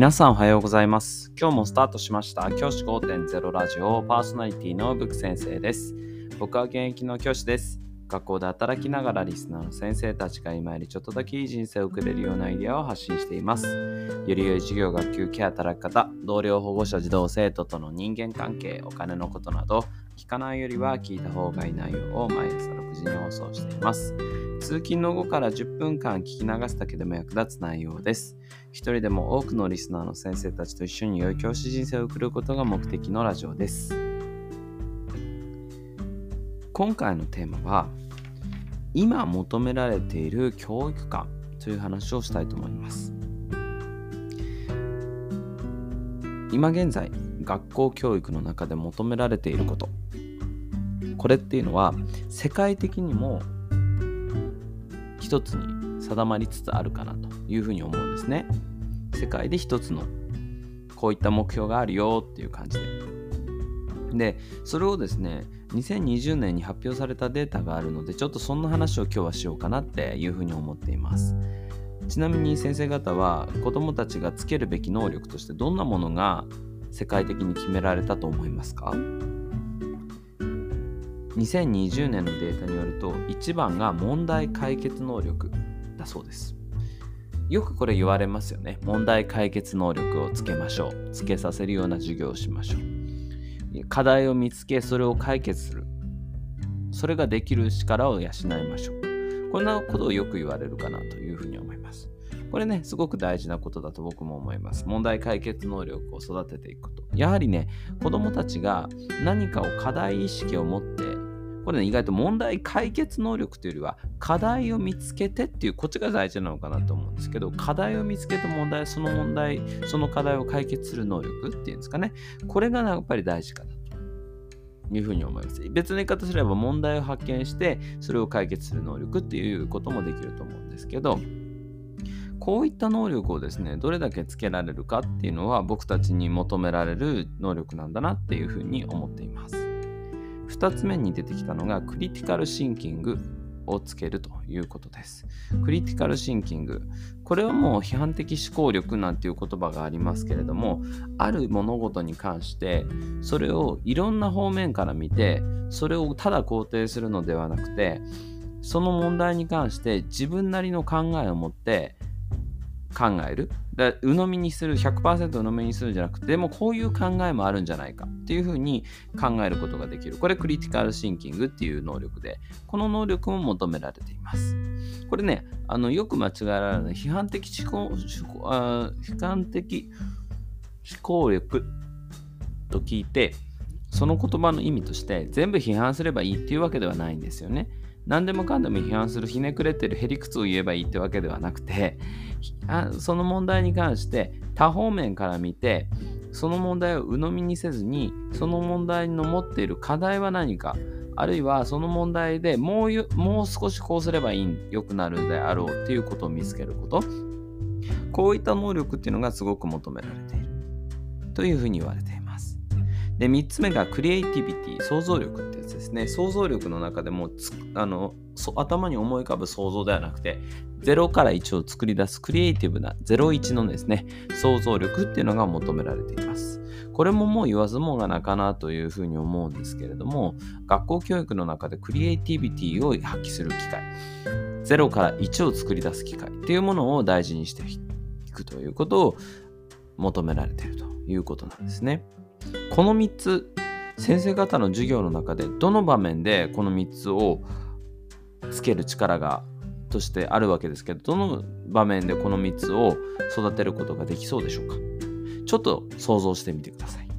皆さんおはようございます。今日もスタートしました教師 5.0 ラジオパーソナリティのブク先生です。僕は現役の教師です。学校で働きながらリスナーの先生たちが今よりちょっとだけいい人生を送れるようなアイデアを発信しています。より良い授業、学級、ケア、働き方、同僚、保護者、児童、生徒との人間関係、お金のことなど聞かないよりは聞いた方がいい内容を毎朝6時に放送しています。通勤の後から10分間聞き流すだけでも役立つ内容です。一人でも多くのリスナーの先生たちと一緒に良い教師人生を送ることが目的のラジオです。今回のテーマは、今求められている教育観という話をしたいと思います。今現在、学校教育の中で求められていること、これっていうのは世界的にも一つに定まりつつあるかなというふうに思うんですね。世界で一つのこういった目標があるよっていう感じで、それをですね、2020年に発表されたデータがあるので、ちょっとそんな話を今日はしようかなっていうふうに思っています。ちなみに先生方は子どもたちがつけるべき能力としてどんなものが世界的に決められたと思いますか？2020年のデータによると、1番が問題解決能力だそうです。よくこれ言われますよね。問題解決能力をつけましょう。つけさせるような授業をしましょう。課題を見つけ、それを解決する。それができる力を養いましょう。こんなことをよく言われるかなというふうに思います。これね、すごく大事なことだと僕も思います。問題解決能力を育てていくこと。やはりね、子どもたちが何かを課題意識を持って、これね、意外と問題解決能力というよりは課題を見つけてっていう、こっちが大事なのかなと思うんですけど、課題を見つけてその課題を解決する能力っていうんですかね。これがやっぱり大事かなというふうに思います。別の言い方すれば問題を発見してそれを解決する能力っていうこともできると思うんですけど、こういった能力をですね、どれだけつけられるかっていうのは僕たちに求められる能力なんだなっていうふうに思っています。2つ目に出てきたのがクリティカルシンキングをつけるということです。クリティカルシンキング、これはもう批判的思考力なんていう言葉がありますけれども、ある物事に関してそれをいろんな方面から見て、それをただ肯定するのではなくて、その問題に関して自分なりの考えを持って考える。鵜呑みにする、 100% 鵜呑みにするんじゃなくて、でもこういう考えもあるんじゃないかっていうふうに考えることができる。これクリティカルシンキングっていう能力で、この能力も求められています。これね、よく間違えられない批判的思考力と聞いて、その言葉の意味として全部批判すればいいっていうわけではないんですよね。何でもかんでも批判する、ひねくれてるへりくつを言えばいいってわけではなくて、その問題に関して多方面から見て、その問題を鵜呑みにせずに、その問題の持っている課題は何か、あるいはその問題でもう少しこうすれば良くなるであろうっていうことを見つけること、こういった能力っていうのがすごく求められているというふうに言われています。で、3つ目がクリエイティビティ、想像力ってやつですね。想像力の中でも頭に思い浮かぶ想像ではなくて、0から1を作り出すクリエイティブな01のですね、想像力っていうのが求められています。これももう言わずもがなかなというふうに思うんですけれども、学校教育の中でクリエイティビティを発揮する機会、0から1を作り出す機会っていうものを大事にしていくということを求められているということなんですね。この3つ、先生方の授業の中でどの場面でこの3つをつける力がとしてあるわけですけど、どの場面でこの3つを育てることができそうでしょうか。ちょっと想像してみてください。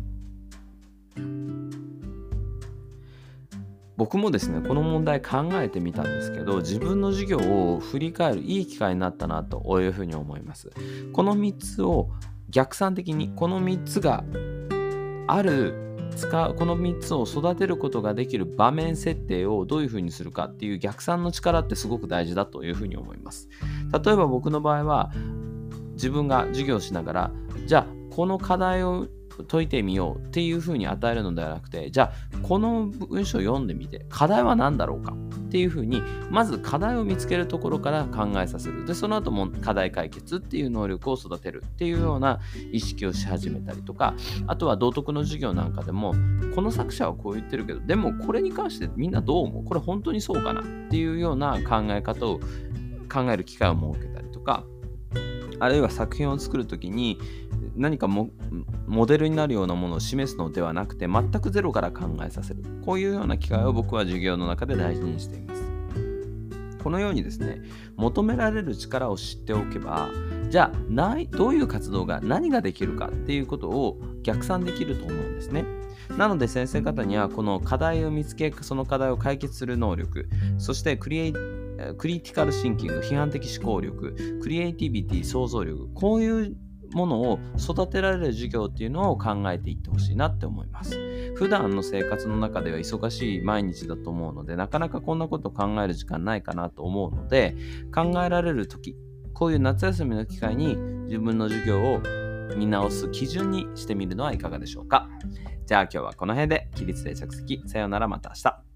僕もですね、この問題考えてみたんですけど、自分の授業を振り返るいい機会になったなというふうに思います。この3つを逆算的に、この3つがこの3つを育てることができる場面設定をどういうふうにするかっていう逆算の力ってすごく大事だというふうに思います。例えば僕の場合は、自分が授業しながら、じゃあこの課題を解いてみようっていうふうに与えるのではなくて、じゃあこの文章を読んでみて課題は何だろうかっっていうふうに、まず課題を見つけるところから考えさせる。で、その後も課題解決っていう能力を育てるっていうような意識をし始めたりとか、あとは道徳の授業なんかでも、この作者はこう言ってるけど、でもこれに関してみんなどう思う？これ本当にそうかなっていうような考え方を考える機会を設けたりとか、あるいは作品を作るときに何かモデルになるようなものを示すのではなくて、全くゼロから考えさせる。こういうような機会を僕は授業の中で大事にしています。このようにですね、求められる力を知っておけば、じゃあどういう活動が何ができるかっていうことを逆算できると思うんですね。なので先生方にはこの課題を見つけ、その課題を解決する能力、そしてクリティカルシンキング、批判的思考力、クリエイティビティ、想像力、こういうものを育てられる授業っていうのを考えていってほしいなって思います。普段の生活の中では忙しい毎日だと思うので、なかなかこんなことを考える時間ないかなと思うので、考えられる時、こういう夏休みの機会に自分の授業を見直す基準にしてみるのはいかがでしょうか。じゃあ今日はこの辺で。起立で着席。さようなら、また明日。